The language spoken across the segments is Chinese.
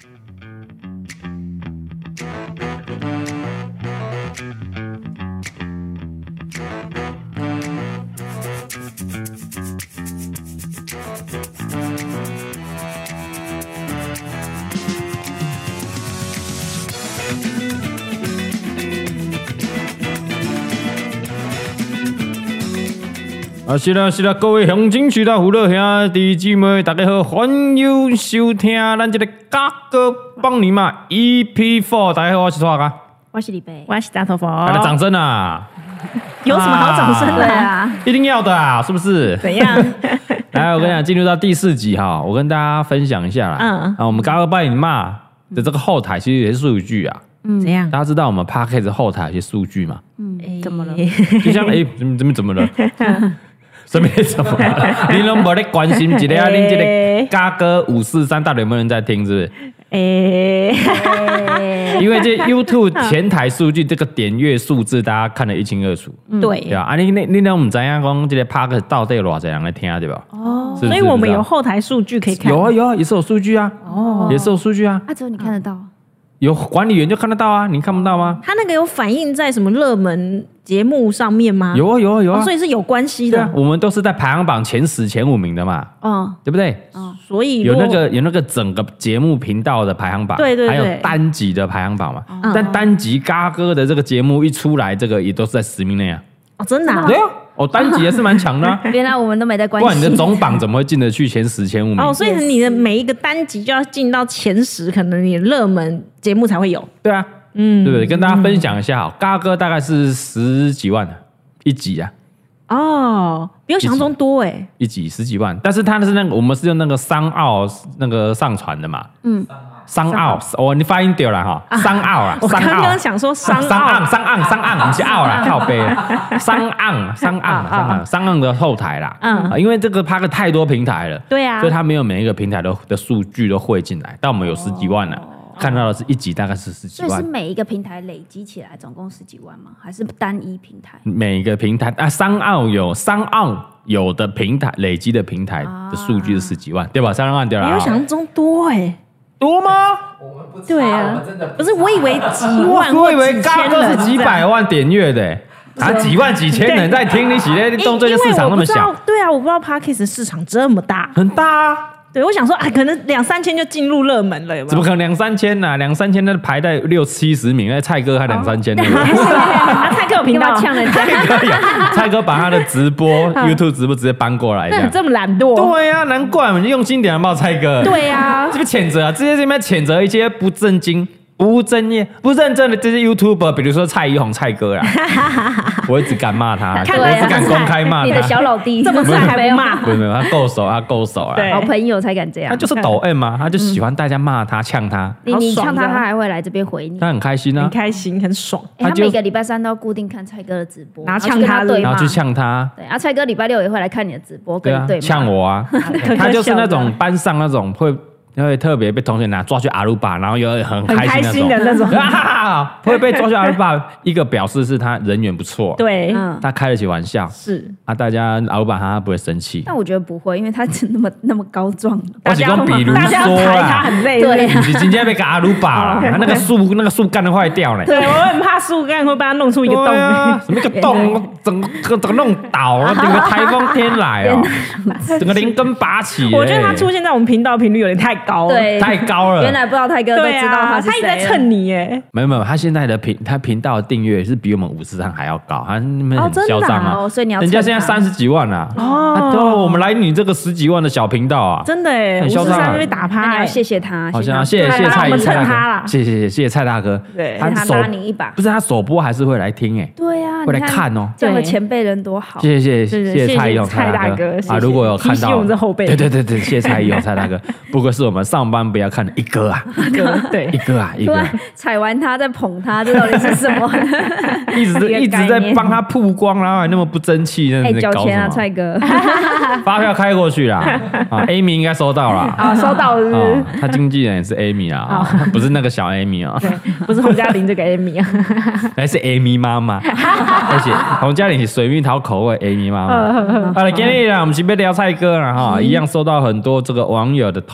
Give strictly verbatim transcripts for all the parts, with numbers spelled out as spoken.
啊，是啦是啦，各位乡亲、徐大、父老兄弟姊妹，大家好，欢迎收听咱这个嘎哥帮你嘛 E P 四。大家好，我是拓哥， 我是李贝， 我是大头佛。 来掌声啊！ 有什么好掌声的啊？ 一定要的啊，是不是？ 怎样？ 来，我跟你讲，进入到第四集哈，我跟大家分享一下啦。嗯，啊，我们嘎哥帮你嘛的这个后台其实也是数据啊。 嗯，怎样？ 大家知道我们 Podcast 后台有些数据嘛？ 嗯，怎么了？ 就像哎，怎么怎么怎么了？什么什么？你都没在关心一下，你这个嘎哥五四三到底有没有人在听？是不是？哎，因为这 YouTube 前台数据这个点阅数字，大家看得一清二楚。 对， 对啊，啊你你你都不知道讲这个 Podcast 到底有多少人来听，对吧？ 哦，所以我们有后台数据可以看。 有啊有啊，也是有数据啊。哦，也是有数据啊。 啊，只有你看得到。 有管理员就看得到啊，你看不到吗？ 他那个有反映在什么热门节目上面吗？ 有啊有啊有啊， 哦、所以是有关系的。 啊、我们都是在排行榜前十、前五名的嘛，嗯，对不对？ 嗯，所以有那个有那个整个节目频道的排行榜， 对对对， 还有单集的排行榜嘛。嗯、但单集嘎哥的这个节目一出来，这个也都是在十名内啊。 哦，真的、啊？ 对啊。哦，单集也是蛮强的、啊。 原来我们都没在关心。 不然你的总榜怎么会进得去前十、前五名？ 哦，所以你的每一个单集就要进到前十，可能你热门节目才会有。 对啊，嗯，对不对？跟大家分享一下，好，嘎哥大概是十几万一集啊。 哦，比我想象中多哎。 一集十几万，但是他是那个我们是用那个商澳那个上传的嘛。嗯。商澳，哦，你发音对了哈，商澳啊， 我刚刚想说商澳， 商澳，商澳，商澳，不是澳啦，靠背，商澳，商澳，商澳，商澳的后台啦，嗯，因为这个它个太多平台了， 对啊， 所以它没有每一个平台的的数据都汇进来，但我们有十几万了，看到的是一集大概是十几万， 所以是每一个平台累积起来总共十几万吗？还是单一平台？ 每一个平台啊，商澳有商澳有的平台累积的平台的数据是十几万，对吧？商澳对了， 比我想象中多哎。 多吗？ 我们不知道，对啊，不是，我以为几万， 我以为嘎哥是几百万点阅的、欸，啊，几万几千人在听你写的动作，就市场那么小。 对啊，我不知道 Podcast 市场这么大， 很大啊。 对，我想说啊，可能两三千就进入热门了，有没有？ 怎么可能两三千呢、啊？两三千那排在六七十名，那蔡哥还两三千呢。 啊，蔡哥有频道呛人家， 蔡哥把他的直播 YouTube 直播直接搬过来， 那这么懒惰？ 对啊，难怪你用心点好不好，蔡哥？ 对啊， 这个谴责啊，直接这边谴责一些不正经、不正业、不认真的这些 YouTuber， 比如说蔡宜弘、蔡哥啦，我一直敢骂他，我不敢公开骂他。 你的小老弟这么菜还不骂？ 不是没有，他够手，他够手啊， 好朋友才敢这样。 他就是抖 M 嘛，他就喜欢大家骂他、呛他。 你你呛他，他还会来这边回你， 他很开心啊， 很开心，很爽。 他每个礼拜三都要固定看蔡哥的直播， 然后呛他， 然后去呛他。 对啊，蔡哥礼拜六也会来看你的直播，跟你对骂。 呛我啊，他就是那种班上那种会。会特别被同学拿抓去阿鲁巴，然后又很开心的那种， 啊、会被抓去阿鲁巴。一个表示是他人缘不错， 对， 他开得起玩笑， 是啊，大家阿鲁巴他不会生气。 但我觉得不会，因为他那么那么高壮， 我只讲比如说啊，他很累， 对， 你今天被个阿鲁巴了，他那个树那个树干都坏掉了。 对，我很怕树干会把它弄出一个洞， 什么一个洞，整个整个弄倒了，整个台风天来哦，整个连根拔起。 我觉得他出现在我们频道频率有点太高了， 对， 太高了。 原来不知道泰哥都知道他是谁， 他一直在蹭你耶。 没有没有，他现在的频他频道的订阅是比我们五十三还要高，他们很嚣张啊， 所以你要人家现在三十几万啊，哦，我们来你这个十几万的小频道啊， 真的哎， 很嚣张， 被打趴， 你要谢谢他， 好像谢谢谢谢蔡蔡大哥，谢谢谢谢蔡大哥， 对， 他拉你一把， 不是他首播还是会来听哎， 对啊， 会来看哦， 这样的前辈人多好， 谢谢谢谢谢谢蔡宜弘蔡大哥啊，如果有看到， 我们这后辈， 对对对对，谢谢蔡宜弘蔡大哥，不过是我们上班不要看的一哥啊， 对， 一哥啊一哥， 踩完他再捧他，这到底是什么？ 一直一直在帮他曝光，然后还那么不争气，那哎，交钱啊，蔡哥， 发票开过去啦，啊 ，Amy 应该收到了， 啊，收到了， 他经纪人也是 Amy 啊，不是那个小 Amy 啊， 对，不是洪嘉玲这个 Amy 啊， 还是 Amy 妈妈，而且洪嘉玲是水蜜桃口味 Amy 妈妈。好了，今天啊，我们是要聊蔡哥了哈，一样收到很多这个网友的投稿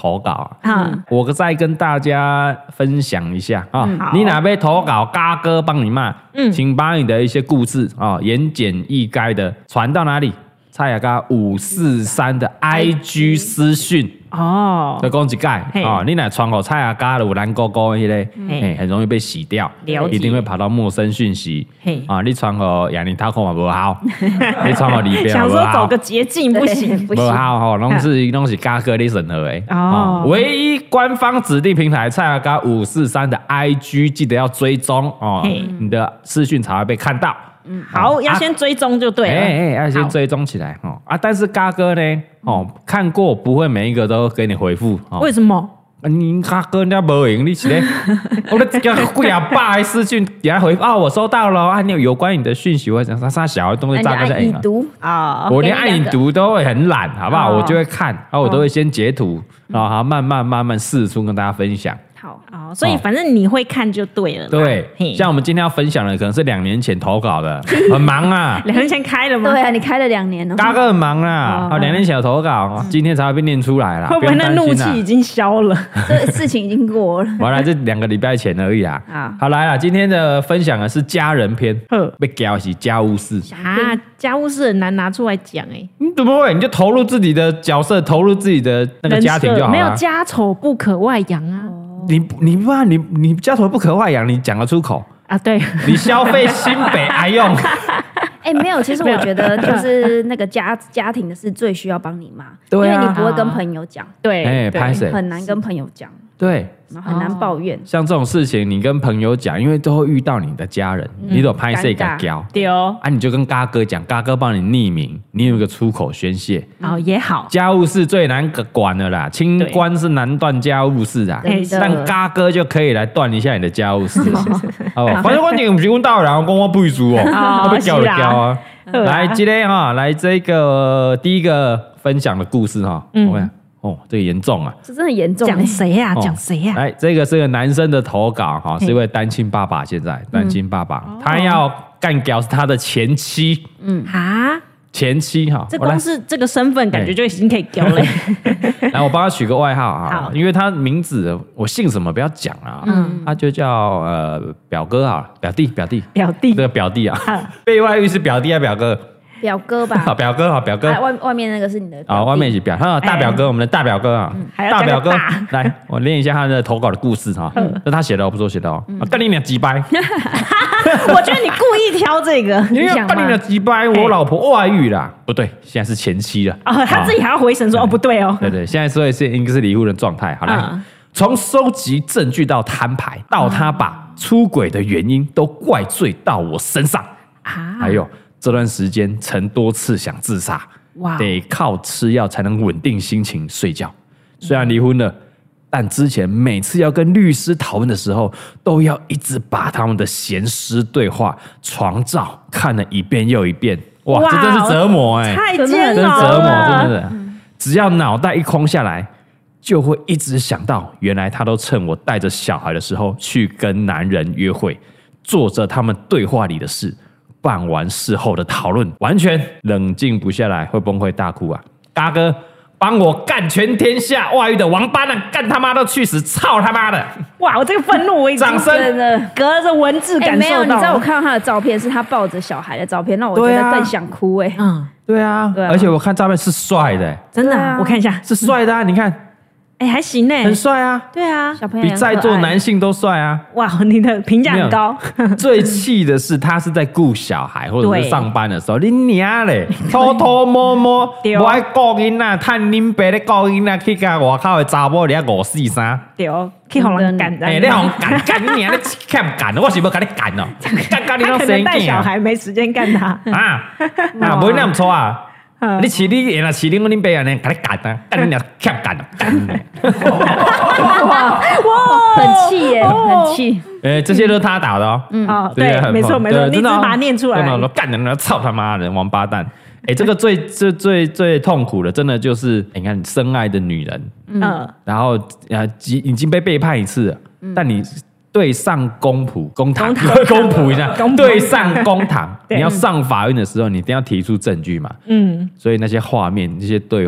稿啊，嗯、我再跟大家分享一下啊。嗯、你哪边投稿，嘎哥帮你骂，嗯，请把你的一些故事啊，言简意赅的传到哪里？蔡雅嘎五四三的 I G 私讯哦，再讲一解啊，你若传给蔡雅嘎的有蓝勾勾迄个，哎，很容易被洗掉，一定会跑到陌生讯息。啊，你传给亚尼塔可嘛不好，你传给里边想说走个捷径不行， 不好哈，拢是拢是嘎哥的审核诶。哦，唯一官方指定平台蔡雅嘎五四三的 I G 记得要追踪哦，你的私讯才会被看到。 嗯，好，哦、要先追踪就对了。哎哎、欸欸，要先追踪起来哦啊！但是嘎哥呢，哦，看过不会每一个都给你回复。 哦、为什么？ 你嘎哥人家没赢，你是嘞？我的这个贵啊，爸私讯给他回复啊，我收到了啊，你有有关你的讯息，我想啥啥小东西，大概是已读啊，我连按已读都会很懒，好不好？哦、我就会看，啊，我都会先截图，然后慢慢慢慢试出跟大家分享。 好哦，所以反正你会看就对了。 对，像我们今天要分享的，可能是两年前投稿的，很忙啊。 两年前开了吗？ 对啊，你开了两年了。 嘎哥很忙啊，啊，两年前有投稿，今天才会被念出来啦。 会不会那怒气已经消了？ 这事情已经过了。 完了，这两个礼拜前而已啊。好，来了，今天的分享的是家人篇，被教是家务事啊，家务事很难拿出来讲哎。 你怎么会？你就投入自己的角色，投入自己的那个家庭就好了。 没有家丑不可外扬啊。 你你不你你家丑不可外扬，你讲得出口啊？对， 你消费新北爱用。 哎、欸，没有，其实我觉得就是那个家家庭的事最需要帮你妈， 对啊， 因为你不会跟朋友讲， 对， 哎，拍谁很难跟朋友讲， 对， 然后很难抱怨。 像这种事情，你跟朋友讲，因为都会遇到你的家人，嗯、你都拍谁敢教？ 对哦， 啊，你就跟嘎哥讲，嘎哥帮你匿名，你有一个出口宣泄。 哦，也好。 家务事最难管的啦，清官是难断家务事啊，但嘎哥就可以来断一下你的家务事。哦，反正关键不是问到人，讲我不会做哦，我被叫就叫啊。来，今天哈，来这个第一个分享的故事哈，我看。哦，这个严重啊！ 这真的严重。 讲谁呀？讲谁呀？ 来，这个是个男生的投稿哈，是一位单亲爸爸。现在单亲爸爸，他要干掉他的前妻。嗯啊，前妻哈， 这光是这个身份，感觉就已经可以屌了。 来，我帮他取个外号啊，因为他名字我姓什么不要讲啊，嗯，他就叫呃表哥啊，表弟，表弟， 表弟， 这个表弟啊，被外遇是表弟啊，表哥。 表哥吧， 好表哥好表哥， 外外面那个是你的啊，外面一起表，哈，大表哥，我们的大表哥啊，大表哥，来，我念一下他的投稿的故事哈，这他写的，我不是我写的哦，干你娘鸡掰， 我觉得你故意挑这个， 因为干你娘鸡掰，我老婆外遇啦，不对，现在是前妻了， 哦，他自己还要回神说，哦，不对哦， 对对，现在所以是应该是离婚的状态，好了，从收集证据到摊牌，到他把出轨的原因都怪罪到我身上啊，还有。这段时间曾多次想自杀，得靠吃药才能稳定心情睡觉。虽然离婚了，但之前每次要跟律师讨论的时候，都要一直把他们的闲诗对话、床照看了一遍又一遍。哇，哇这真是折磨哎、欸， 太煎熬了， 真是折磨，真的是。只要脑袋一空下来，就会一直想到，原来他都趁我带着小孩的时候去跟男人约会，做着他们对话里的事。办完事后的讨论，完全冷静不下来，会崩溃大哭啊！嘎哥，帮我干全天下外遇的王八蛋，干他妈都去死！操他妈的！ 哇，我这个愤怒我已经掌声隔着文字感受到、欸。 没有，你知道我看到他的照片是他抱着小孩的照片，让我觉得更想哭哎、欸。 嗯，对啊，对啊，而且我看照片是帅的、欸， 真的、啊，我看一下是帅的啊！你看。 哎、欸，还行呢、欸， 很帅啊！ 对啊， 小朋友比在座男性都帅啊！ 哇，你的评价很高。 最气的是他是在顾小孩或者是上班的时候，你娘嘞，偷偷摸摸，我爱顾囡仔，趁恁爸咧顾囡仔去甲外口的查某咧五四三， 对，去互人干的。 哎，你互人干干你娘，你欠干，我是要甲你干哦，干干你都生带小孩没时间干他啊啊，不会那么错啊。你饲你原来饲你我恁爸安尼，甲你干啊，干你娘欠干干！ 哇哇，很气耶，很气！ 哎，这些都是他打的哦。 嗯，哦，对，没错没错，你只是把它念出来。 干人，操他妈的王八蛋！哎，这个最最最最痛苦的，真的就是你看深爱的女人，嗯，然后呃已经被背叛一次了，但你。对上公仆公堂，公仆一下，对上公堂，你要上法院的时候，你一定要提出证据嘛。嗯，所以那些画面、那些对话，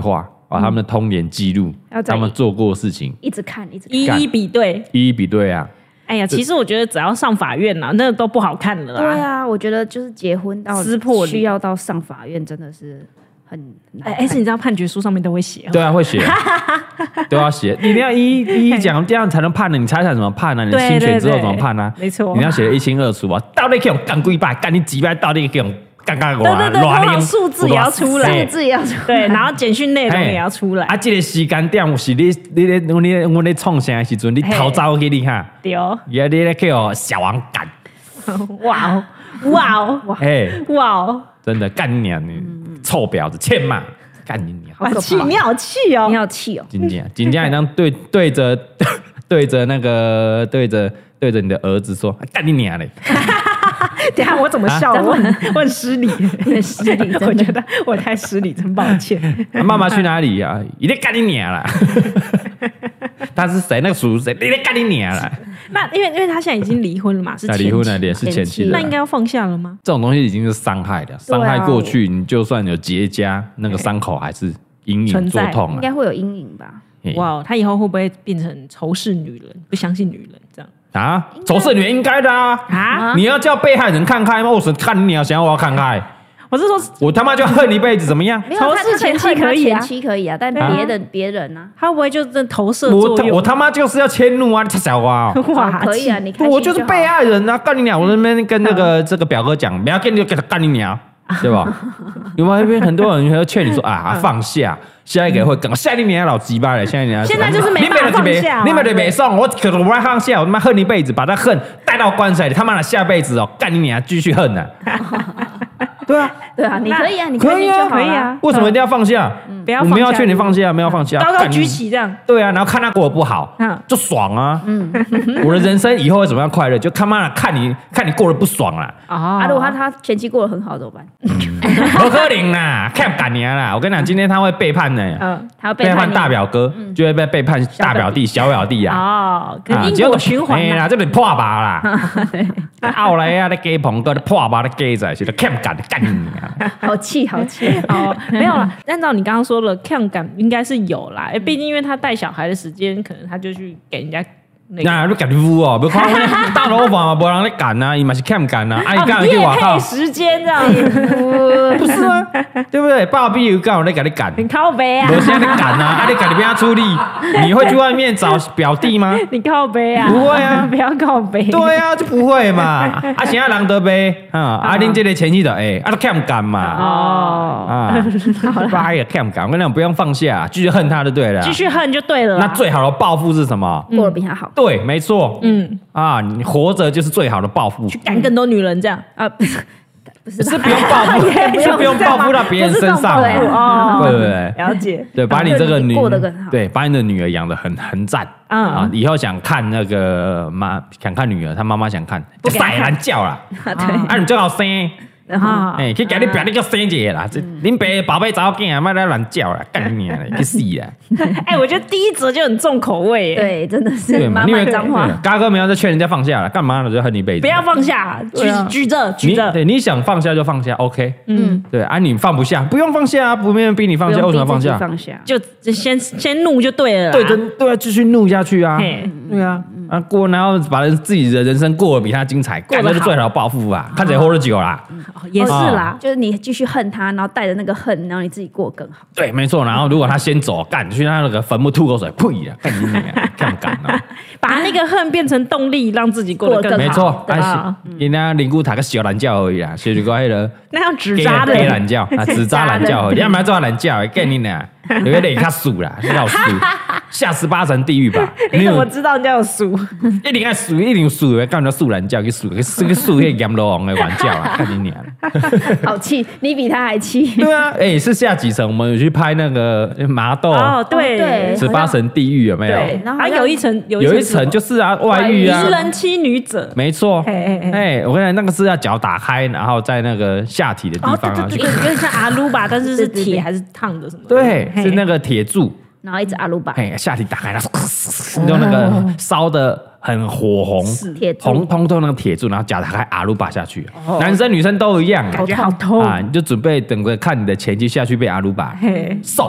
啊，他们的通联记录，他们做过的事情， 一直看，一直看一一比对， 一一比对啊。 哎呀，其实我觉得只要上法院啦，那都不好看了啦。 对啊，我觉得就是结婚到撕破脸需要到上法院，真的是很哎哎，是你知道判决书上面都会写、哦， 对啊，会写，都要写，你一定要一一一讲，这样才能判呢。你财产怎么判呢、啊？你侵权之后怎么判呢、啊？ 没错， 你要写得一清二楚啊！到底给我干几百，干你几百，到底给我干干我对对对，通常数字也要出来， 数字也要出来， 对，然后简讯内容也要出来。 啊，这个时间点是你你你你我咧创啥时阵，你逃走给你看， 对哦， 也你咧叫小王干， 哇哦哇哦哎哇哦， 真的干你娘你臭婊子，欠骂！干你娘！ 好气，你好气哦！ 你好气哦！ 真正真正，你当对对着对着那个对着对着你的儿子说干你娘嘞！ 等下我怎么笑？ 啊、 我很我很失礼， 很失礼， 我觉得我太失礼，真抱歉。 妈妈去哪里呀、啊？一定干你娘啦！他是谁？那个叔叔谁？一定干你娘啦！ 那因为因为他现在已经离婚了嘛，是前妻离婚了，也是前妻了， 那应该要放下了吗？ 这种东西已经是伤害的，伤害过去，你就算有结痂，那个伤口还是隐隐作痛、啊， 应该会有阴影吧？ 哇，他以后会不会变成仇视女人，不相信女人这样？ 啊，仇视女人应该的啊！啊，你要叫被害人看开吗？我是看你啊，想要我要看开。 我是说， 我他妈就恨一辈子，怎么样？ 仇视前妻可以啊，前妻可以啊，但别人别人呢？ 他会不会就真投射作用？ 我我他妈就是要迁怒啊！你小啊！ 哇，可以啊，你我就是被害人啊！干你娘！我那边跟那个这个表哥讲，不要跟你给他干你娘，对吧？有没有那边很多人会劝你说啊，放下。下一个会更，下一年老鸡巴了，下一年现在就是没办法放下， 你们得没送我，可我不爱放下，我他妈恨一辈子，把他恨带到棺材里，他妈的下辈子哦，干你娘，继续恨呢、啊。对啊， 对啊，你可以啊，你可以啊， 可以啊， 为什么一定要放下？ 不要， 我们要劝你放下，没有放下， 高高举起这样。 对啊，然后看他过得不好，就爽啊。嗯，我的人生以后会怎么样快乐？就他妈的看你看你过得不爽啦。 啊，如果他他前期过得很好怎么办？ 不可能啦，看干你啦！我跟你讲，今天他会背叛呢。 嗯，他背叛大表哥，就会被背叛大表弟、小表弟啊。 哦，因果循环啦，这里破疤啦。后来啊，你鸡棚哥，你破疤的鸡仔，是看干干你啊！ 好气，好气！ 哦，没有啦。按照你刚刚说的，看感应该是有啦。毕竟因为他带小孩的时间，可能他就去给人家。 那你赶污哦，不看大老板嘛，没人来赶啊，伊嘛是看赶啊，啊，伊赶去外口时间这样， 不是吗？对不对？爸比有干，我来给你赶， 你靠背啊， 我现在你赶啊，啊，你赶你不要出力，你会去外面找表弟吗？ 你靠背啊， 不会啊， 不要靠背， 对啊，就不会嘛，啊，现在人得呗，啊，啊，恁这个前妻的，哎，啊，都看赶嘛，哦，啊，爸也看赶，我跟你讲，不用放下，继续恨他就对了， 继续恨就对了。 那最好的报复是什么？ 过得比他好。 对，没错，嗯啊，你活着就是最好的报复， 去干更多女人这样啊， 不是不是是不用报复，是不用报复到别人身上， 哦， 对不对？ 了解， 对，把你这个女过得更好， 对，把你的女儿养得很很赞啊，以后想看那个妈想看女儿，她妈妈想看，不晒懒觉啦， 对， 啊，你最好生。 啊， 哎，去给你表弟个生一个啦，这恁爸宝贝查某囝，莫来乱叫啦，干你娘嘞，去死啦！ 哎，我觉得第一则就很重口味， 对，真的是满满脏话。 嘎哥没有在劝人家放下了，干嘛呢？就恨一辈子。 不要放下，举举着举着。 对，你想放下就放下 ，OK。嗯，对啊，你放不下，不用放下啊，不没人逼你放下，为什么放下？ 放下就先先怒就对了。 对的，对啊，继续怒下去啊。对啊，啊过，然后把人自己的人生过得比他精彩，干这是最好的报复啊！看谁活得久啦。 也是啦。 就是你继续恨他，然后带着那个恨，然后你自己过更好。 对，没错。然后如果他先走，干去他那个坟墓吐口水，呸呀，干你娘，干干啊！ 把那个恨变成动力，让自己过得更好。 没错，啊，人家灵骨塔个小懒觉而已啦，所以个迄个那要纸扎的懒觉啊，纸扎懒觉，你要不要做懒觉？干你娘，有个脸卡数啦，要数下十八层地狱吧？ 你怎么知道人家有数？ 一定要数，一定数，干人家数懒觉去数，去数去数那阎罗王的玩笑啊！干你娘！ 好气，你比他还气。 对啊，哎，是下几层？我们有去拍那个麻豆哦，对， 十八层地狱有没有？ 对，然后有一层有一层就是啊，外遇啊， 迷人妻女者， 没错。哎，我跟你讲，那个是要脚打开，然后在那个下体的地方啊， 有点像阿鲁巴，但是是铁还是烫的什么？ 对，是那个铁柱。 然后一直阿鲁巴， 哎，下体打开，然后用那个烧的很火红，红彤彤那个铁柱，然后脚打开阿鲁巴下去，男生女生都一样， 感觉好痛啊！你就准备等着看你的前妻下去被阿鲁巴送，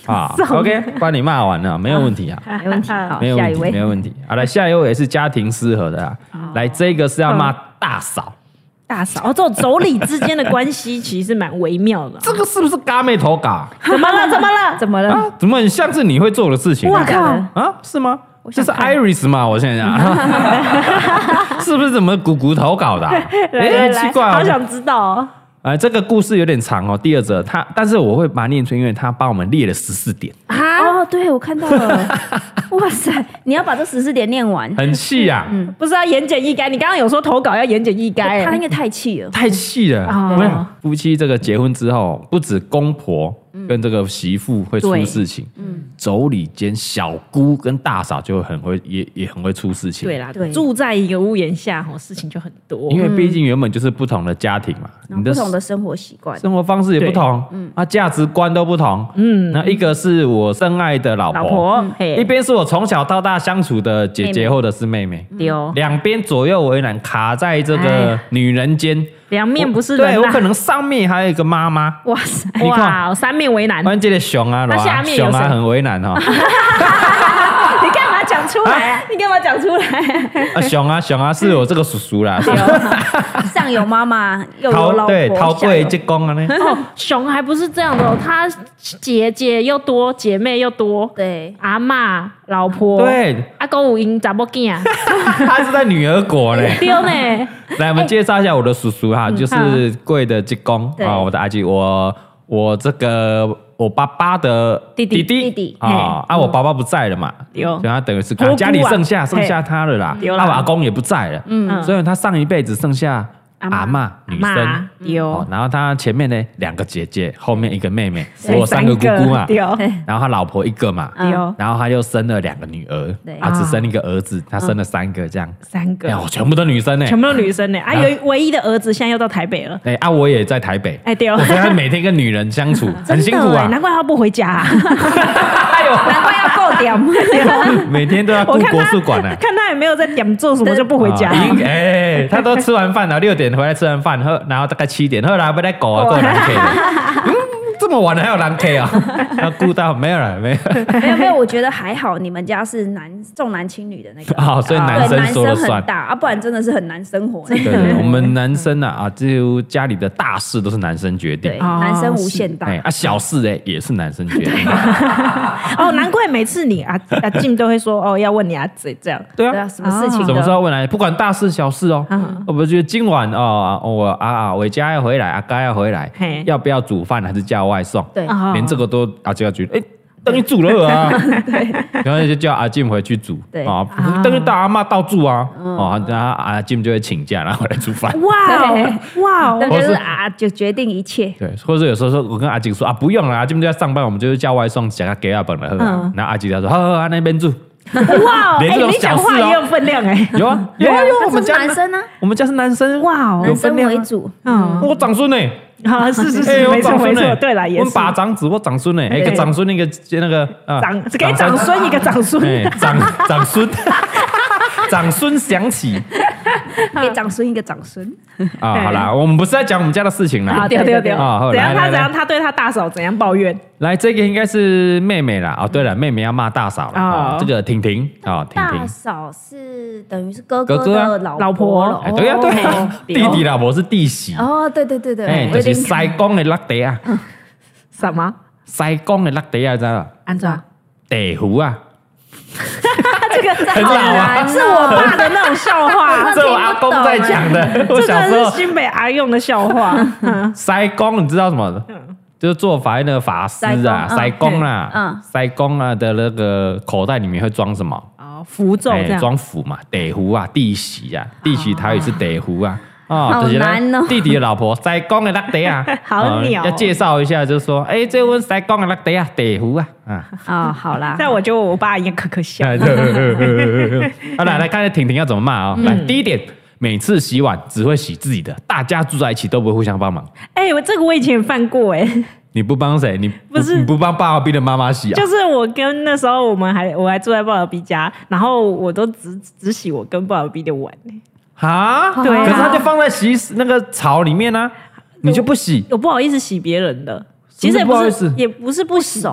啊。OK， 把你骂完了，没有问题啊， 没问题。好， 没有问题， 下一位没有问题。好，来下一位也是家庭失和的啊。来，这个是要骂大嫂。 大嫂，哦，这种妯娌之间的关系其实蛮微妙的、啊。 这个是不是嘎妹投稿？ 怎么了？怎么了？ 怎么了？ 啊，怎么很像是你会做的事情？ 哇靠！ 啊，是吗？这是 Iris 吗？我现在讲，是不是怎么咕咕投稿的、啊？ 来来来， 奇怪、哦， 好想知道哦。 呃，这个故事有点长哦。第二则，他但是我会把它念出，因为他帮我们列了十四点啊。哦，对，我看到了。哇塞，你要把这十四点念完， 很气啊。 嗯，不是要言简意赅？你刚刚有说投稿要言简意赅， 他应该太气了， 太气了。哦、夫妻这个结婚之后，不止公婆跟这个媳妇会出事情，嗯，妯娌间小姑跟大嫂就很会，也也很会出事情。 对啦，对，住在一个屋檐下，哦，事情就很多。 因为毕竟原本就是不同的家庭嘛， 嗯、你的不同的生活习惯、 生活方式也不同，嗯，啊，价值观都不同，嗯，那一个是我深爱的老婆， 老婆嗯、一边是我从小到大相处的姐姐或者是妹妹， 丢、嗯， 两边左右为难，卡在这个女人间。 两面不是人、啊， 对我可能上面还有一个妈妈， 哇塞， 哇，三面为难。 关键的熊啊， 那下面熊啊很为难哈、哦。 你干嘛讲出来啊？ 你干嘛讲出来？ 啊，熊啊熊啊，是我这个叔叔啦。 上有妈妈，又有老婆， 对，逃贵结公啊呢。 哦，熊还不是这样的、哦，他姐姐又多，姐妹又多， 对， 阿嬷、老婆， 对， 阿公有因查某囝啊， 他是在女儿国呢。 对呢。 来，我们介绍一下我的叔叔哈，嗯、就是贵的结公啊，我的阿姐，我我这个我爸爸的弟弟弟弟啊，啊，我爸爸不在了嘛，所以他等于是家里剩下剩下他了啦，啊，我阿公也不在了，嗯，所以他上一辈子剩下阿嬷女生有，然后他前面呢两个姐姐，后面一个妹妹，我有三个姑姑嘛，然后他老婆一个嘛，然后他又生了两个女儿，啊，只生一个儿子，他生了三个这样， 三个， 全部都女生呢， 全部都女生呢，啊，有唯一的儿子现在又到台北了， 哎，啊，我也在台北， 哎，对， 所以他每天跟女人相处很辛苦啊， 难怪他不回家， 难怪要够点， 每天都要顾国术馆呢， 看他也没有在点做什么就不回家， 哎，他都吃完饭了，六点回来吃完饭，然后大概七点，后来不在狗啊，够难 K 的，嗯，这么晚了还有难 K 啊？他顾到没有了，没有， 没有没有，我觉得还好，你们家是男重男轻女的那个， 啊，所以男生说了算， 很大啊，不然真的是很难生活。 对对，我们男生啊啊，就家里的大事都是男生决定， 对，男生无限大， 啊，小事哎也是男生决定。 哦，难怪每次你阿阿静都会说哦，要问你阿嘴这样， 对啊， 什么事情什么时候问来，不管大事小事哦，我不觉得今晚哦，我啊啊伟嘉要回来，阿嘎要回来，要不要煮饭还是叫外送？ 对， 连这个都阿静要觉得，哎，等你煮了啊，对，然后就叫阿静回去煮，对啊，等于大阿嬷到住啊，哦，然后阿静就会请假，然后回来煮饭。 哇哇， 那就是啊，就决定一切。 对，或者有时候说，我跟阿静说啊，不用了，阿静就在上班，我们就是叫外送，想要给阿本了，然后阿静他说，好好好，那边住。 哇，哎，你讲话也有分量哎， 有啊有啊有，我们家男生呢， 我们家是男生， 哇， 男生为主， 嗯，我长孙呢。 啊，是是是，没错没错，对了，也是。 我把长子，我长孙呢，一个长孙，一个那个啊，长给长孙一个长孙， 长长孙，长孙想起， 给长孙一个长孙啊，好啦，我们不是在讲我们家的事情啦， 啊，对对对，啊，怎样他怎样他对他大嫂怎样抱怨？ 来，这个应该是妹妹啦，哦，对了，妹妹要骂大嫂了，啊，这个婷婷啊，婷婷， 大嫂是等于是哥哥的老婆， 对呀对呀，弟弟老婆是弟媳， 哦，对对对对， 哎，就是西公的落地啊， 什么？ 西公的落地啊，知道吧？ 安怎？ 地湖啊。 这个很好啊，是我爸的那种笑话， 这我阿公在讲的。我小时候是新北阿用的笑话。 塞公，你知道什么？就是做法那个法师啊，塞公啊，嗯，塞公啊的那个口袋里面会装什么？ 哦，符咒这样， 装符嘛，地壶啊，地喜啊，地喜台语是地壶啊。 哦，好难哦！ 弟弟的老婆塞公的落地啊， 好鸟。 要介绍一下，就是说，哎，这问塞公的落地啊，地壶啊，啊， 哦，好啦。 但我觉得我爸应该可可笑。 好，来来看看婷婷要怎么骂啊！来，第一点，每次洗碗只会洗自己的，大家住在一起都不会互相帮忙。 哎，我这个我以前也犯过哎。 你不帮谁？你不是你不帮爸爸逼的妈妈洗啊？ 就是我跟那时候我们还我还住在鲍尔比家，然后我都只只洗我跟鲍尔比的碗。 啊，对，可是他就放在洗那个槽里面呢、啊，你就不洗？ 我不好意思洗别人的，其实也不是，也不是不洗，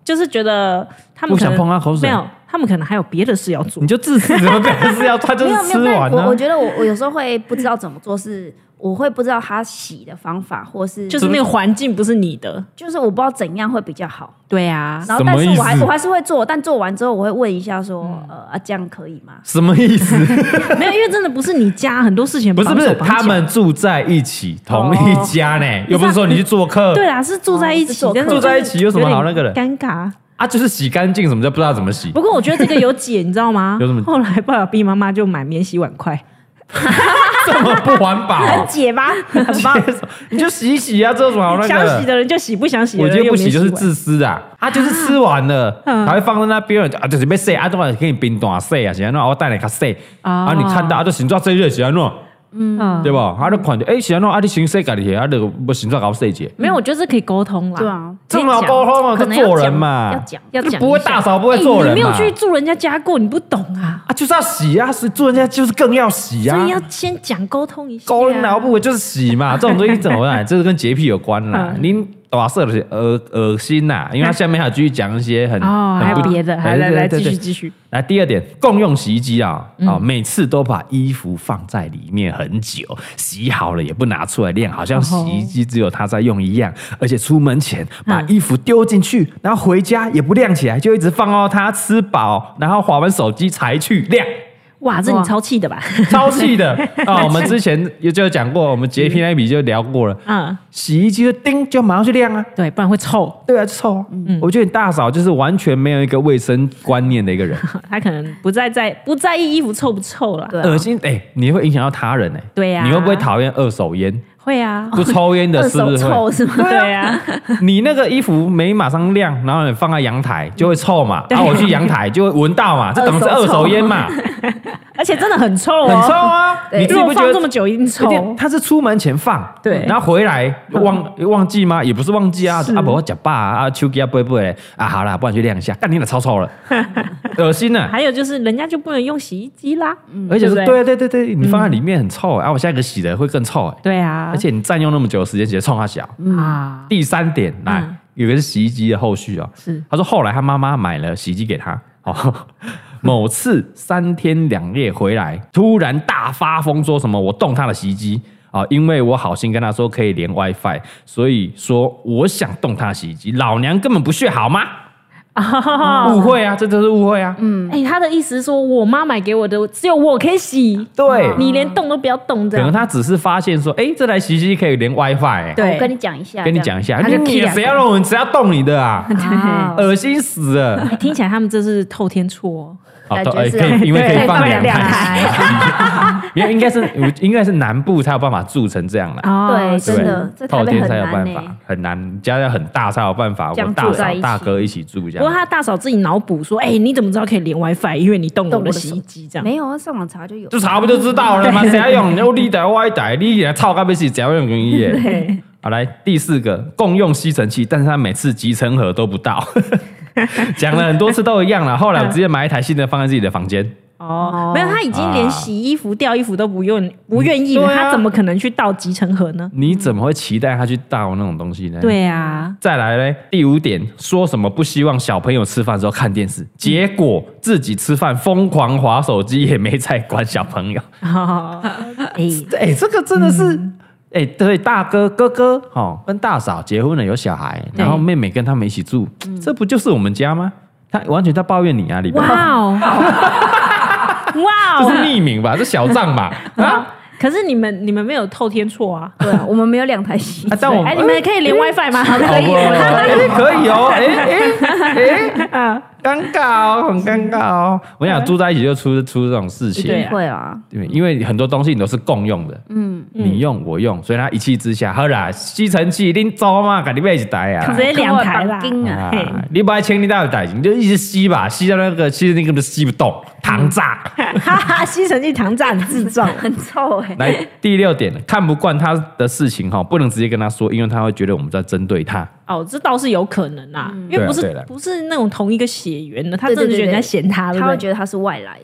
就是觉得他们不想碰他口水， 没有，他们可能还有别的事要做。 你就自私，怎么别的事要？他就是吃完了、啊。 我我觉得我我有时候会不知道怎么做是。我会不知道他洗的方法，或是就是那个环境不是你的， 就是我不知道怎样会比较好。 对啊， 然后但是我还我还是会做，但做完之后我会问一下说，嗯、呃啊这样可以吗？ 什么意思？ 没有，因为真的不是你家，很多事情不是不是，他们住在一起，同一家呢，哦、又不是说你去做客。 对啦，是住在一起， 哦、 住在一起有什么好那个的？ 尴尬啊，就是洗干净什么就不知道怎么洗。 不过我觉得这个有解，你知道吗？ 有什么？ 后来爸爸逼妈妈就买免洗碗筷。 这么不环保， 很解吧？很棒， 你就洗一洗啊，这有什么好那个？ 想洗的人就洗，不想洗的人我觉得不洗就是自私啊！啊，就是吃完了，还会放在那边啊，就是要洗啊，当然给你冰冻洗啊，现在我带你去洗啊，你看到啊，就形状洗热洗安怎？嗯，对吧？他就看到，哎，洗安怎啊？你先洗家己，啊，就不形状搞洗解。 没有，我觉得这可以沟通啦。 对啊， 这么好沟通啊？做人嘛， 要讲要讲， 不会大嫂不会做人嘛？ 你没有去住人家家过，你不懂啊。 啊，就是要洗啊，是住人家就是更要洗啊。 所以要先讲沟通一下。 沟通脑部就是洗嘛，这种东西怎么办？这是跟洁癖有关啦。您。大色的恶恶心呐、啊，因为他下面还有继续讲一些很哦， 很还有别的，还来来继续继续。 来第二点，共用洗衣机啊，嗯、啊，每次都把衣服放在里面很久，洗好了也不拿出来晾，好像洗衣机只有他在用一样。哦、而且出门前把衣服丢进去，嗯、然后回家也不晾起来，就一直放到他吃饱，然后滑完手机才去晾。 哇，这你超气的吧？ 超气的啊！我们之前就有讲过，我们洁癖那一笔就聊过了。嗯，洗衣机就叮，就马上去晾啊， 对，不然会臭。 对啊，臭啊！嗯，我觉得你大嫂就是完全没有一个卫生观念的一个人。 他可能不在在不在意衣服臭不臭啦， 恶心哎、欸，你会影响到他人哎、欸。 对呀、啊， 你会不会讨厌二手烟？ 会啊， 不抽烟的是不是会？ 臭是吗？ 对啊， 你那个衣服没马上晾，然后你放在阳台就会臭嘛，然后我去阳台就会闻到嘛，这等于是二手烟嘛。 而且真的很臭哦， 很臭啊！你自己不觉得放这么久一定臭？ 他是出门前放， 对， 然后回来忘忘记吗？也不是忘记啊，啊不我假爸啊，手机啊不会啊，好啦，不然去晾一下，干你的超臭了，恶心啊！ 还有就是人家就不能用洗衣机啦， 而且是对对对对，你放在里面很臭啊，我下一个洗的会更臭哎。 对啊， 而且你占用那么久的时间，直接冲他小啊。第三点来，有个是洗衣机的后续哦， 是他说后来他妈妈买了洗衣机给他哦。某次三天两夜回来，突然大发疯，说什么我动他的洗衣机啊、哦，因为我好心跟他说可以连 WiFi， 所以说我想动他的洗衣机，老娘根本不屑好吗？啊、误会啊，这就是误会啊。 嗯，哎、欸，他的意思是说我妈买给我的，只有我可以洗， 对， 你连动都不要动，这样。 可能他只是发现说，哎、欸，这台洗衣机可以连 WiFi，、欸、 对，我跟你讲一下， 跟你讲一下， 他就你谁要弄，谁要动你的啊？恶心死了！ 欸、听起来他们这是透天厝哦。 哦，可以，因为可以放两台，因为应该是应该是南部才有办法住成这样啦。 哦，对，真的，这台北才有办法，很难，家要很大才有办法。我大嫂大哥一起住这样。 不过他大嫂自己脑补说，哎，你怎么知道可以连 WiFi？ 因为你动我的洗衣机这样。 没有啊，上网查就有。 就查不就知道了吗？谁要用？有你台外台，你来操干不起，只要用容易耶。 对。 好，来第四个，共用吸尘器，但是他每次集成盒都不到。讲了很多次都一样了，后来我直接买一台新的放在自己的房间。 哦，没有，他已经连洗衣服、吊衣服都不用，不愿意了，他怎么可能去倒集成盒呢？ 你怎么会期待他去倒那种东西呢？ 对啊。 再来呢，第五点，说什么不希望小朋友吃饭的时候看电视，结果自己吃饭疯狂滑手机，也没在管小朋友。 哦， 哎哎，这个真的是。哎、欸，对，大哥、哥哥，哦，跟大嫂结婚了，有小孩，然后妹妹跟他们一起住，嗯、这不就是我们家吗？他完全在抱怨你啊，里边。 哇哦，哇哦，这是匿名吧？这小账吧？啊。 可是你们你们没有透天厝啊？ 对啊，我们没有两台洗衣机。 但我哎，你们可以连 WiFi 吗？ 可以，可以哦。哎哎哎，尴尬哦，很尴尬哦。我想住在一起就出出这种事情， 对，会啊。 对，因为很多东西你都是共用的，嗯，你用我用，所以他一气之下，好啦，吸尘器恁租嘛，给你买一台啊， 直接两台啦。 你不爱清你到台，你就一直吸吧，吸到那个其实那个都吸不动，糖炸。 哈哈，吸尘器糖炸很自重， 很臭哎。 来第六点，看不惯他的事情哈，不能直接跟他说，因为他会觉得我们在针对他。 哦，这倒是有可能啦，嗯、因为不是不是那种同一个血缘的，他真的觉得人家嫌他， 他会觉得他是外来的。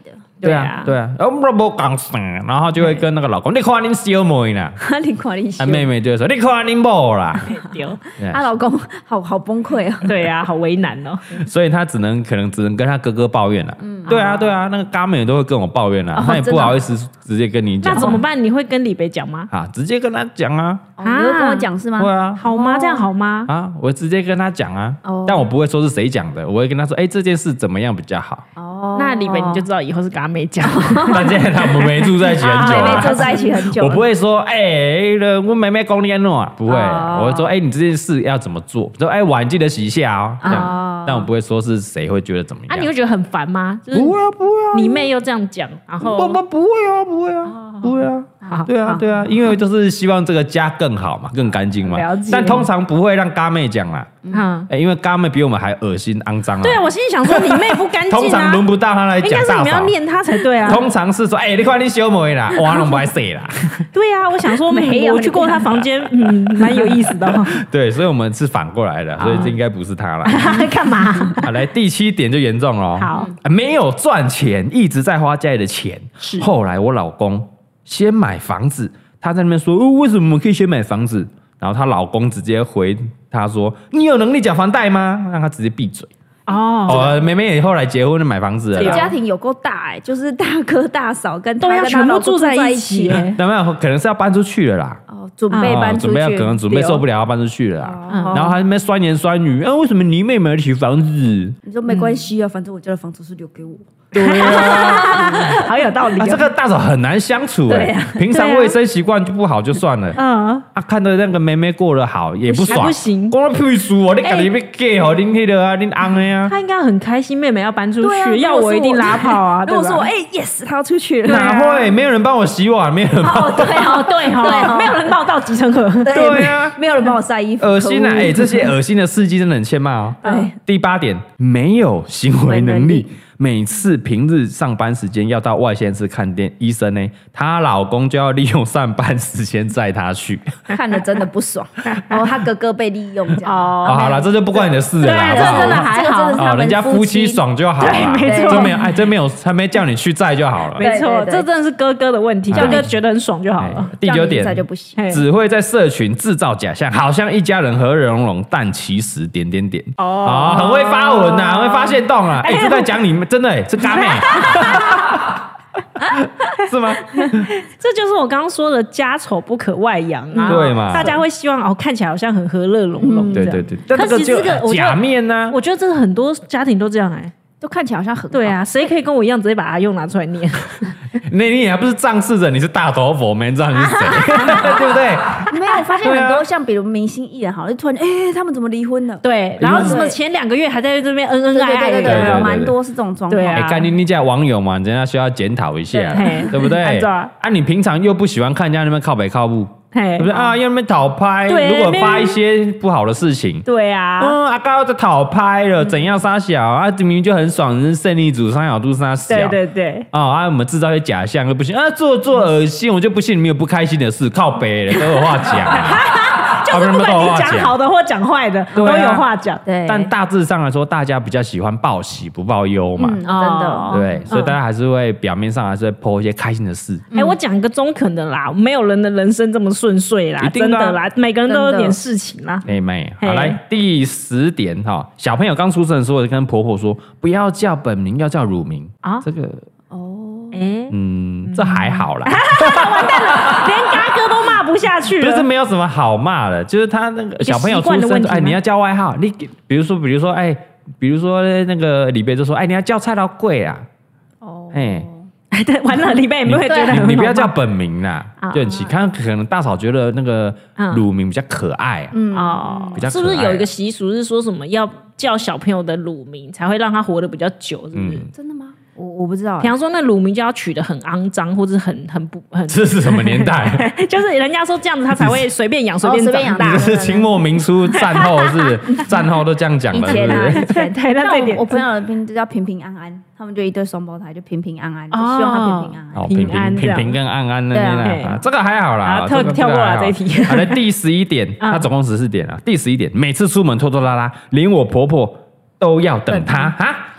对啊，对啊，然后不讲啥，然后就会跟那个老公，你看你小妹啦， 你看你小妹，妹妹就说你看你某啦， 她老公好好崩溃哦， 对啊，好为难哦， 所以她只能可能只能跟她哥哥抱怨了，嗯，对啊对啊，那个嘎妹都会跟我抱怨啦，她也不好意思直接跟你讲， 那怎么办？你会跟李北讲吗？ 啊，直接跟他讲啊， 你会跟我讲是吗？ 会啊， 好吗？这样好吗？ 啊，我直接跟他讲啊，但我不会说是谁讲的，我会跟他说，哎，这件事怎么样比较好？ 哦，那李北你就知道以后是跟他妹讲， 但现在他们没住在一起很久， 没住在一起很久， 我不会说，哎，我妹妹讲你安怎，不会，我会说，哎，你这件事要怎么做？说，哎，碗记得洗一下哦，这样，但我不会说是谁会觉得怎么样。 啊，你会觉得很烦吗？ 不会啊，不会啊， 你妹又这样讲，然后不不不会啊，不会啊，不会啊。对啊，对啊，因为就是希望这个家更好嘛，更干净嘛。但通常不会让嘎妹讲啦，嗯，因为嘎妹比我们还恶心肮脏啊。 对啊，我心里想说你妹不干净啊， 通常轮不到她来讲大嫂， 应该是你们要念她才对啊。 通常是说，哎，你看你小妹啦，我拢不爱洗啦。 对啊，我想说没有，我去过她房间，嗯，蛮有意思的。 对，所以我们是反过来的，所以这应该不是她啦。 干嘛？ 好，来第七点就严重了。 好， 没有赚钱，一直在花家里的钱。是，后来我老公先买房子。她在那边说、哦，为什么我们可以先买房子？然后她老公直接回她说：“你有能力缴房贷吗？”让她直接闭嘴。哦，哦，妹妹也后来结婚了，买房子了。 这个家庭有够大哎、欸，就是大哥大嫂跟她跟全部住在一起、欸， 有没有？可能是要搬出去了啦。 哦，准备搬出去， 哦、准备要可能准备受不了要搬出去了啦。哦、然后还在那边酸言酸语，啊，为什么你妹买得起房子？ 你说没关系啊，嗯、反正我家的房子是留给我。 对啊， 好有道理、哦啊。这个大嫂很难相处哎、欸，啊、平常卫生习惯就不好就算了，嗯啊，看到那个妹妹过得好也不爽， 不行， 光屁事哦，你赶紧被 gay 哦，你那个啊，你昂的呀。 他应该很开心，妹妹要搬出去，啊、要我一定拉炮啊。 如果说我哎 yes， 他要出去了， 哪会？没有人帮我洗碗，没有人帮我， 对哦对哦，没有人帮我倒集成盒， 对啊， 没有人帮我晒衣服， 恶心啊！哎，这些恶心的事迹真的很欠骂哦。 对， 第八点，没有行为能力。每次平日上班时间要到外县市看店医生呢，她老公就要利用上班时间载她去， 看得真的不爽。然后她哥哥被利用这样。 哦，好了，这就不关你的事了啦， 这真的还好， 哦，人家夫妻爽就好了， 没错， 真没有，哎，真没有，他没叫你去载就好了， 没错，这真的是哥哥的问题，哥哥觉得很爽就好了。 第九点， 就不行， 只会在社群制造假象，好像一家人和乐融融，但其实点点点哦，很会发文呐，很会发现动啊，哎，就在讲你们，真的哎，是嘎妹。是吗？ 这就是我刚刚说的家丑不可外扬啊， 对嘛？ 大家会希望哦，看起来好像很和乐融融， 对对对。但这个就假面呢？ 我觉得这个很多家庭都这样哎、欸， 都看起来好像很好对啊，谁可以跟我一样直接把阿用拿出来念？ 那你还不是仗势着你是大头佛，没人知道你是谁，对不对？ 没有，我发现很多像比如明星艺人，好像突然哎、欸，他们怎么离婚了？ 对，然后什么前两个月还在这边恩恩爱爱， 对对对，蛮多是这种状况。 对啊， 哎，干你你家网友嘛，人家需要检讨一下，对不对？啊，你平常又不喜欢看人家那边靠北靠步。对不对啊？要那边讨拍，如果发一些不好的事情， 对啊， 嗯，阿高在讨拍了，怎样杀小啊？明明就很爽，人胜利组三角度杀小， 对对对， 哦啊，我们制造一些假象又不行啊，做做恶心，我就不信你们有不开心的事，靠北了都有话讲。 就是不管你讲好的或讲坏的，都有话讲。 对， 但大致上来说，大家比较喜欢报喜不报忧嘛， 真的， 对，所以大家还是会表面上还是会 po 一些开心的事。 哎，我讲一个中肯的啦，没有人的人生这么顺遂啦，真的啦，每个人都有点事情啦。 妹妹，好来第十点哈，小朋友刚出生的时候，跟婆婆说不要叫本名，要叫乳名啊，这个哦，哎，嗯，这还好啦。 完蛋了，连嘎哥都骂不下去了。 不是没有什么好骂的，就是他那个小朋友出生，哎，你要叫外号，你比如说，比如说，哎，比如说那个李贝就说，哎，你要叫蔡老贵啊，哦，哎， 对，完了，李贝也不会觉得很， 你不要叫本名啦，就很奇怪，可能大嫂觉得那个乳名比较可爱，嗯哦，比较是不是有一个习俗是说什么要叫小朋友的乳名才会让他活得比较久，是不是？ 真的吗？我我不知道， 比方说那乳名就要取得很肮脏，或者很很不很。 这是什么年代？ 就是人家说这样子，他才会随便养，随便长大。 这是清末民初战后是战后都这样讲了， 以前啊，以前对，那这点我朋友的名字叫平平安安，他们就一对双胞胎，就平平安安，就希望他平平安安。 哦，平平平平跟安安那边啊，这个还好啦， 跳跳过来这一题。 好的，第十一点，它总共十四点啊。第十一点，每次出门拖拖拉拉，连我婆婆都要等他啊。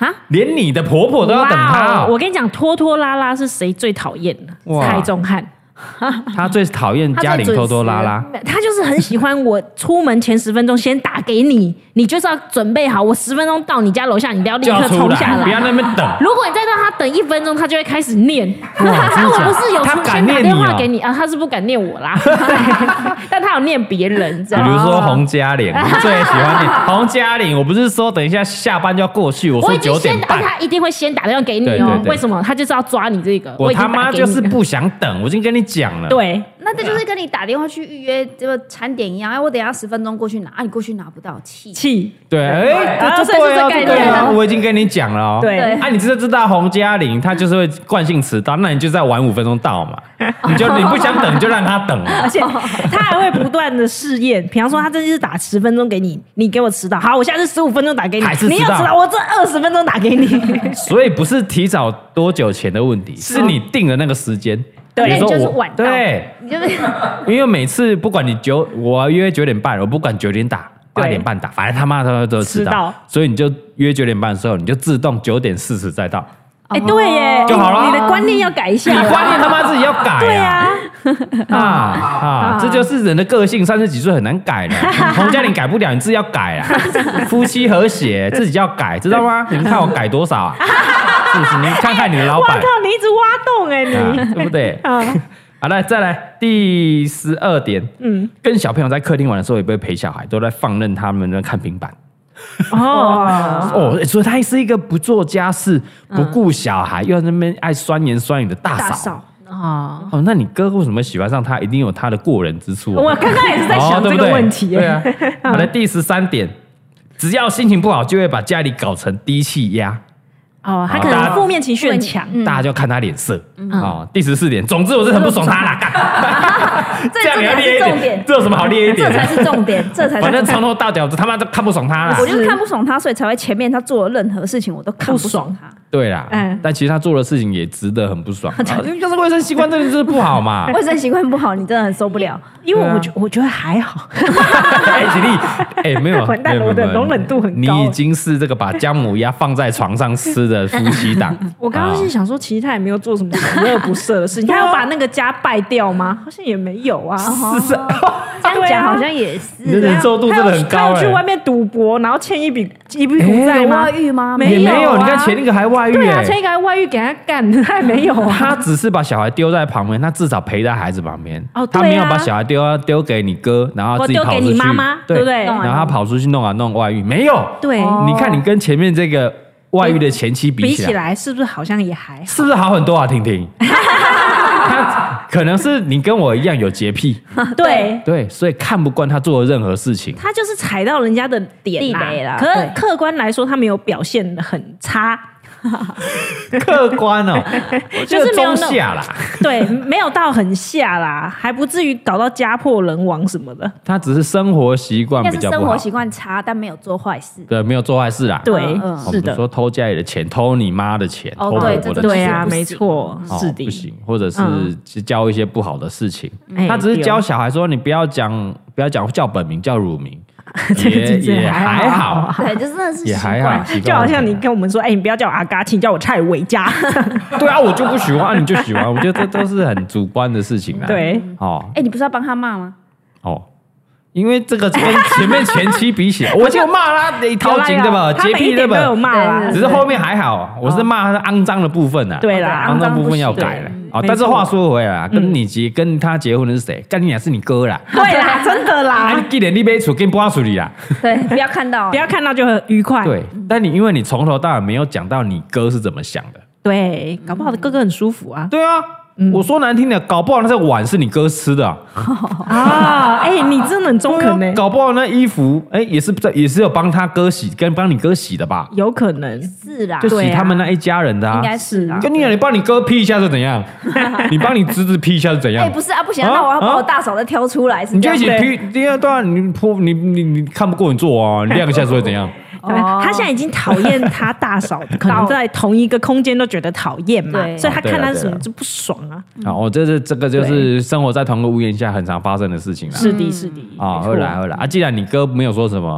啊， 连你的婆婆都要等他、哦。 我跟你讲，拖拖拉拉是谁最讨厌的？蔡宗翰。 他最讨厌嘉玲拖拖拉拉， 他就是很喜欢我出门前十分钟先打给你，你就是要准备好，我十分钟到你家楼下，你不要立刻冲下来， 不要在那边等。 如果你再让他等一分钟，他就会开始念。 哇， 我不是有他敢先打电话给你你啊？他是不敢念我啦，但他有念别人， 比如说洪嘉玲，我最喜欢念洪嘉玲。我不是说等一下下班就要过去，我说九点半， 他一定会先打电话给你哦。为什么？他就是要抓你这个。 我他妈就是不想等，我已经跟你讲了。 对。 那这就是跟你打电话去预约这个餐点一样，哎，我等一下十分钟过去拿，啊，你过去拿不到，气气。 对，哎，这对啊，对啊，我已经跟你讲了哦。 对， 啊，你知道知道洪嘉玲她就是会惯性迟到，那你就再晚五分钟到嘛，你就你不想等就让她等， 而且他还会不断的试验，比方说他这次打十分钟给你，你给我迟到，好，我下次十五分钟打给你，你要迟到，我这二十分钟打给你。 所以不是提早多久前的问题，是你定了那个时间。 对，你就是晚到。 对， 你就是因为每次不管你九，我约九点半，我不管九点打、八点半打，反正他妈他都迟到，所以你就约九点半的时候，你就自动九点四十再到。 哎，对耶， 就好了。 你的观念要改一下， 你观念他妈自己要改啊！ 对啊， 啊啊，这就是人的个性，三十几岁很难改的。洪嘉玲改不了，你自己要改啊！夫妻和谐，自己要改，知道吗？你们看我改多少啊？是不是？你看看你的老板， 我靠，你一直挖洞哎，你、 啊、对不对？好，来再来第十二点，嗯，跟小朋友在客厅玩的时候，也不会陪小孩，都在放任他们在看平板。哦哦，所以她是一个不做家事、不顾小孩，又在那边爱酸言酸语的大嫂。大嫂哦，哦，那你哥为什么喜欢上她？一定有他的过人之处、啊。 我刚刚也是在想、哦、这个问题。 对啊。好的，第十三点，只要心情不好，就会把家里搞成低气压。 哦，他可能负面情绪很强， 大家就要看他脸色。嗯、哦，第十四点，总之我是很不爽他啦。这样也要列一点，这有什么好列一点？ 这才是重点，这才是。 反正从头到脚，他妈都看不爽他啦。 我就是看不爽他，所以才会前面他做的任何事情我都看不爽他。 对啦，嗯，但其实他做的事情也值得很不爽，就是卫生习惯真的就是不好嘛。 卫生习惯不好，你真的很受不了。 因为我觉我觉得还好。 哎，吉利，哎，没有， 完蛋了，我的容忍度很高。 你已经是这个把姜母鸭放在床上吃的夫妻档。 我刚刚是想说，其实他也没有做什么十恶不赦的事情，他要把那个家败掉吗？好像也没有啊。 是是， 这样讲好像也是。 你的忍受度真的很高。 他有去外面赌博，然后欠一笔一笔股债吗？ 外遇吗？ 也没有。你看前一个还外遇， 对啊，前一个还外遇给他干，他也没有啊。 他只是把小孩丢在旁边，他至少陪在孩子旁边。哦，他没有把小孩丢丢给你哥，然后自己跑出去。 丢给你妈妈，对不对？ 然后他跑出去弄啊弄外遇，没有。 对， 你看你跟前面这个外遇的前妻比起来， 比起来是不是好像也还好？ 是不是好很多啊？婷婷，他可能是你跟我一样有洁癖， 对对，所以看不惯他做的任何事情。 他就是踩到人家的点地雷啦。 可是客观来说，他没有表现得很差。 客观哦，就是中下啦， 对，没有到很下啦，还不至于搞到家破人亡什么的。 他只是生活习惯比较不好， 生活习惯差，但没有做坏事。 对，没有做坏事啦。 对，嗯、是的。 说偷家里的钱，偷你妈的钱， 哦、 偷婆婆的钱， 对啊，没错， 哦、 是的， 不行，或者是教一些不好的事情。嗯、他只是教小孩说，你不要讲，不要讲叫本名，叫乳名。也也还好， 对，就真的是也还好， 就好像你跟我们说，哎、欸，你不要叫我阿嘎，请叫我蔡伟嘉。 对啊，我就不喜欢，你就喜欢，我觉得这都是很主观的事情啦。 对， 哦，哎、欸，你不是要帮他骂吗？ 哦。因为这个跟前面前妻比起来，我就骂他得掏金对吧？洁癖对吧？ 有骂啦， 只是后面还好，我是骂他肮脏的部分啊。 对啦， 肮脏部分要改了啊。但是话说回来，跟你结跟他结婚的是谁？干你俩是你哥啦。 对啦，真的啦。 既然你没处，跟不处理啦。 对，不要看到， 不要看到就很愉快。 对，但你因为你从头到尾没有讲到你哥是怎么想的。 对，搞不好哥哥很舒服啊。 对啊。嗯、我说难听点，搞不好那个碗是你哥吃的啊！ 啊，哎、欸，你真的很中肯呢、欸。 搞不好那衣服，哎、欸，也是也是有帮他哥洗，跟帮你哥洗的吧？ 有可能是啦， 就洗他们那一家人的啊， 应该是啊。 跟你讲，你帮你哥劈一下是怎样？你帮你侄子劈一下是怎样？ 哎、欸，不是啊，不行、啊，那我要把我大嫂再挑出来，是你就一起劈，对啊，对啊，你泼你你你看不过你做啊，你亮一下是会怎样？ 哦、他现在已经讨厌他大嫂，可能在同一个空间都觉得讨厌嘛，所以他看他什么就不爽啊。 好，我这是这个就是生活在同个屋檐下很常发生的事情啦。 是的，是的。 啊，后来后来啊，既然你哥没有说什么，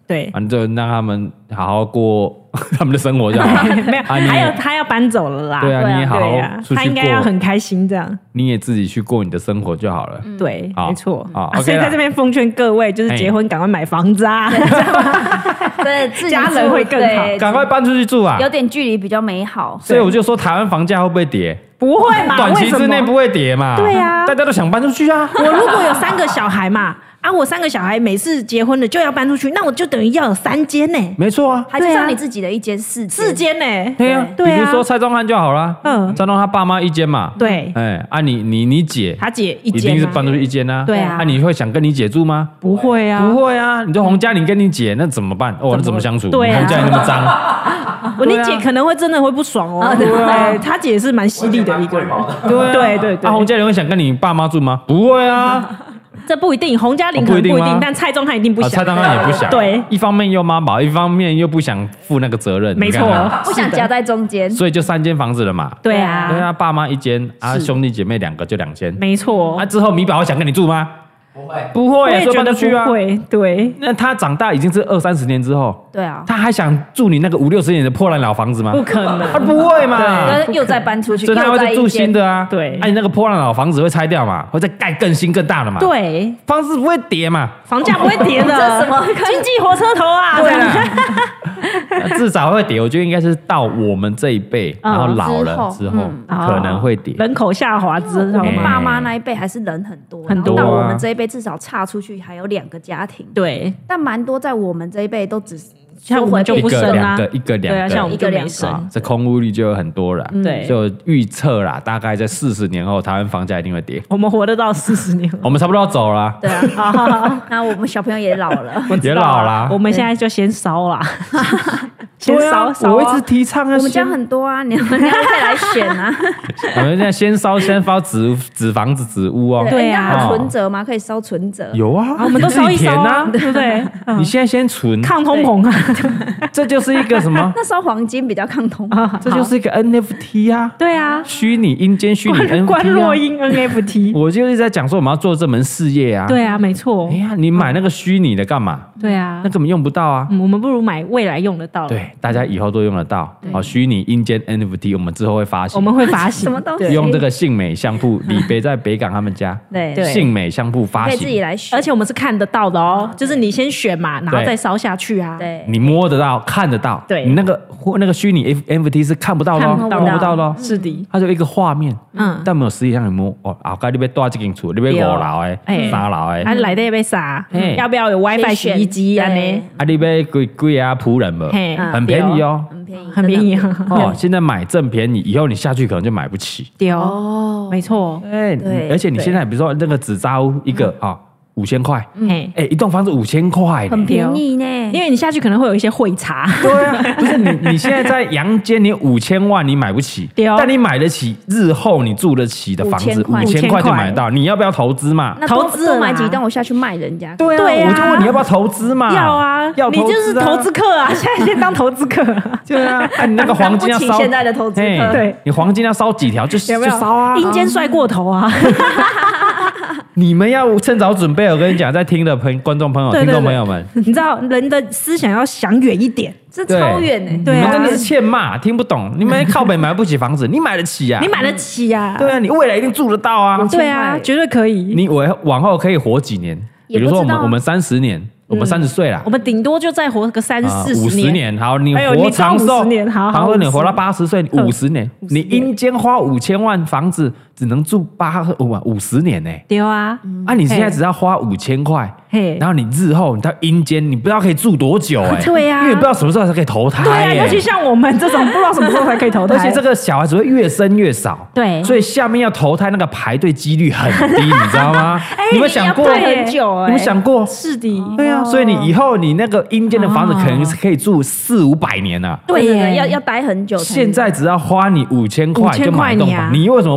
对， 反正让他们好好过他们的生活就好了。 没有， 啊、 还有他要搬走了啦。 对啊，你也好好出去过， 他应该要很开心这样。 你也自己去过你的生活就好了。 嗯、对，没错。 啊， 所以在这边奉劝各位，就是结婚赶快买房子啊， 对， 家人会更好， 赶快搬出去住啊， 有点距离比较美好。 所以我就说，台湾房价会不会跌？ 不会嘛， 短期之内不会跌嘛。 对啊， 大家都想搬出去啊。 我如果有三个小孩嘛。啊，我三个小孩每次结婚了就要搬出去，那我就等于要有三间呢。 没错啊， 还是让你自己的一间四间四间呢？ 对啊，比如说蔡宗翰就好了，嗯，蔡宗翰他爸妈一间嘛， 对， 哎，啊你你你姐， 他姐一间， 一定是搬出去一间啊， 对啊， 啊你会想跟你姐住吗？ 不会啊， 不会啊，你说洪嘉玲跟你姐那怎么办？哦，那怎么相处？ 对啊， 洪嘉玲那么脏， 我你姐可能会真的会不爽哦，对，他姐是蛮犀利的一个人， 对对对对， 啊洪嘉玲会想跟你爸妈住吗？不会啊。 这不一定，洪嘉玲可能不一定，但蔡宗翰一定不想。 蔡宗翰也不想。 对， 一方面又妈宝，一方面又不想负那个责任。 没错， 不想夹在中间， 所以就三间房子了嘛。 对啊， 对啊，爸妈一间啊，兄弟姐妹两个就两间。 没错。 啊，之后米宝会想跟你住吗？ 不会， 不会， 我也觉得不会。对， 那他长大已经是二三十年之后， 对啊， 他还想住你那个五六十年的破烂老房子吗？ 不可能， 他不会嘛， 又再搬出去， 所以他会再住新的啊。 对， 哎，你那个破烂老房子会拆掉嘛，会再盖更新更大的嘛。 对， 房子不会跌嘛， 房价不会跌的， 这什么经济火车头啊？ 对啊，至少会跌。我觉得应该是到我们这一辈，然后老了之后可能会跌， 人口下滑之后， 爸妈那一辈还是人很多很多， 到我们这一辈至少差出去还有两个家庭， 对， 但蛮多在我们这一辈都只像我们就不生啊， 一个两个， 对啊，像我们一个两生， 这空屋率就有很多了， 对， 就预测啦，大概在四十年后，台湾房价一定会跌。 我们活得到四十年， 我们差不多要走了， 对啊，那我们小朋友也老了， 也老了， 我们现在就先烧啦。先烧烧、啊， 我一直提倡啊， 我们家很多啊，你们可以来选啊。 我们现在先烧先烧纸纸房子纸屋哦， 对啊， 有存折吗？可以烧存折。 有啊， 我们都烧一烧啊，对不对？ 你现在先存， 抗通膨啊， 这就是一个什么？ 那烧黄金比较抗通膨， 这就是一个 N F T 啊。 对啊， 虚拟阴间虚拟 N F T， 关若英 N F T。 我就是在讲说我们要做这门事业啊。 对啊，没错。 哎呀，你买那个虚拟的干嘛？ 对啊， 那根本用不到啊。 我们不如买未来用得到。 对，大家以后都用得到。好，虚拟阴间 N F T， 我们之后会发行， 我们会发行什么东西？ 用这个信美相铺，李北在北港他们家， 对， 信美相铺发行， 可以自己来选， 而且我们是看得到的哦，就是你先选嘛，然后再烧下去啊。 对， 你摸得到、看得到。 对， 你那个那个虚拟 N F T 是看不到的，摸不到的。 是的， 它就一个画面， 嗯， 但没有实际上你摸哦。后盖你要多这间厝，你要五楼的、三楼的， 啊，来的要啥？要不要有 WiFi 洗衣机啊？呢？ 啊，你要贵贵啊仆人不？很便宜哦， 很便宜， 很便宜哦。现在买正便宜，以后你下去可能就买不起。 对哦，没错。 哎，而且你现在比如说那个纸扎屋一个啊。五千块，哎、欸，一栋房子五千块， 很便宜呢。 因为你下去可能会有一些会茶。 对啊，不是你，你现在在阳间，你五千万你买不起， 哦、 但你买得起日后你住得起的房子，五千块就买得到。你要不要投资嘛？ 那投资多买几栋，我下去卖人家。 对啊，對啊我就问你要不要投资嘛？ 要啊，要投資啊，你就是投资客啊！现在先当投资客。 对啊，啊你那个黄金要烧， 现在的投资客， 对，你黄金要烧几条就有没有就烧啊， 阴间帅过头啊！ 你们要趁早准备，我跟你讲，在听的朋观众朋友、 对对对听众朋友们， 你知道人的思想要想远一点， 这超远呢、欸。 对、啊， 你们真的是欠骂，听不懂。你们靠北买不起房子，你买得起啊？ 你买得起啊？ 对啊，你未来一定住得到啊。 对啊，绝对可以。 你我往后可以活几年？比如说我们我们三十年。我们三十岁了， 我们顶多就再活个三四十年，五十年。好，你活长寿， 好， 然后你活到八十岁，五十年，你阴间花五千万房子，只能住八五五十年呢。 对啊， 啊，你现在只要花五千块，然后你日后你到阴间，你不知道可以住多久哎。 对啊， 因为不知道什么时候才可以投胎。 对啊，尤其像我们这种不知道什么时候才可以投胎， 而且这个小孩子会越生越少。 对， 所以下面要投胎那个排队几率很低，你知道吗？你们想过很久？ 你们想过？ 是的， 对啊，所以你以后。你那个阴间的房子可能是可以住四五百年啊！ 对耶，要要待很久。 现在只要花你五千块就买栋房，你为什么不买？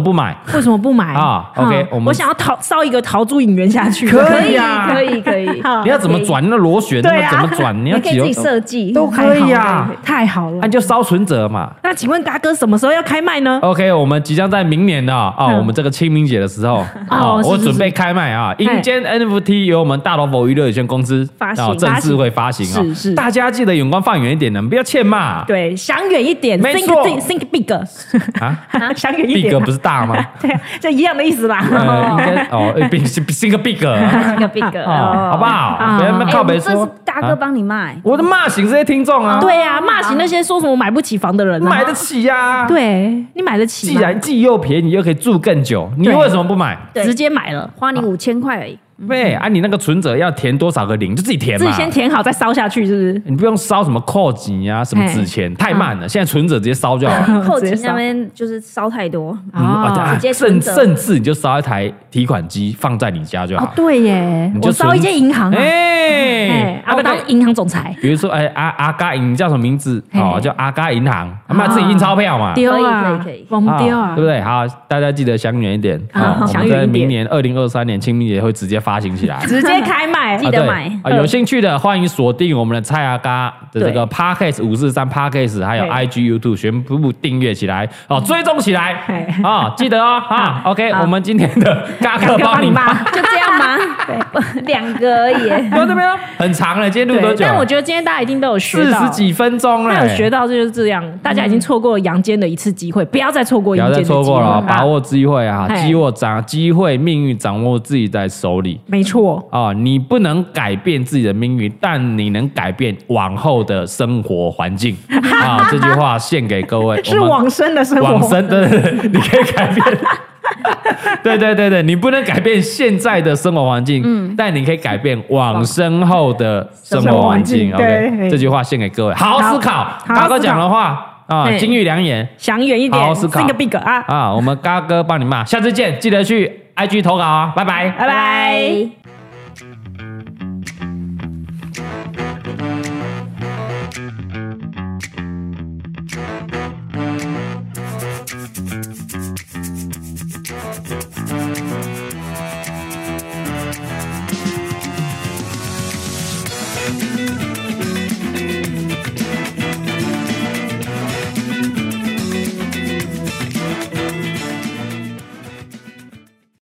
为什么不买啊 ？OK， 我们我想要陶烧一个陶朱引源下去， 可以啊， 可以可以。 你要怎么转那螺旋？ 对啊， 怎么转？你要可以自己设计， 都可以啊， 太好了。 那就烧存折嘛。 那请问嘎哥什么时候要开卖呢 ？OK， 我们即将在明年呢啊，我们这个清明节的时候啊，我准备开卖啊，阴间 N F T 由我们大萝卜娱乐有限公司发行， 正式会发行啊。 是是， 大家记得眼光放远一点呢，不要欠骂。 对，想远一点， 没错 ，think big 啊，想远一点 ，big 不是大吗？ 对，这一样的意思啦。 呃，应该哦，big think big，think big， 好不好？不要靠北说， 大哥帮你卖， 我的骂醒这些听众啊。 对啊，骂醒那些说什么买不起房的人， 买得起呀。 对，你买得起， 既然既又便宜又可以住更久，你为什么不买？ 直接买了， 花你五千块而已。 对啊，你那个存折要填多少个零，就自己填嘛， 自己先填好再烧下去，是不是？ 你不用烧什么扣几啊，什么纸钱，太慢了。现在存折直接烧就好了。 扣几那边就是烧太多， 直接甚甚至你就烧一台提款机放在你家就好。 对耶，我烧一间银行，哎，我要当银行总裁。 比如说，哎阿阿嘎银叫什么名字？哦，叫阿嘎银行，他妈自己印钞票嘛。 丢啊，可以可以， 忘不丢啊， 对不对？好，大家记得想远一点。 啊， 我们在明年二零二三年清明节会直接发行起来， 直接开卖， 记得买啊！有兴趣的欢迎锁定我们的蔡阿嘎的这个 Podcast 五四三 Podcast， 还有 I G YouTube 全部订阅起来哦，追踪起来啊！记得哦啊 ！OK， 我们今天的嘎哥帮你骂就这样吗？对，两个而已。 有这边很长了，今天录多久？ 但我觉得今天大家一定都有学到四十几分钟了， 有学到就是这样。大家已经错过了阳间的一次机会，不要再错过阴间的机会， 不要再错过了，把握机会啊！机握掌机会，命运掌握自己在手里， 没错。 啊，你不能改变自己的命运，但你能改变往后的生活环境啊！这句话献给各位， 是往生的生活， 往生对对对，你可以改变。对对对对，你不能改变现在的生活环境，嗯，但你可以改变往生后的生活环境。OK， 这句话献给各位，好好思考。嘎哥讲的话啊，金玉良言， 想远一点， 好好思考。 think big 啊！ 啊，我们嘎哥帮你骂，下次见，记得去 I G 投稿啊，拜拜， 拜拜。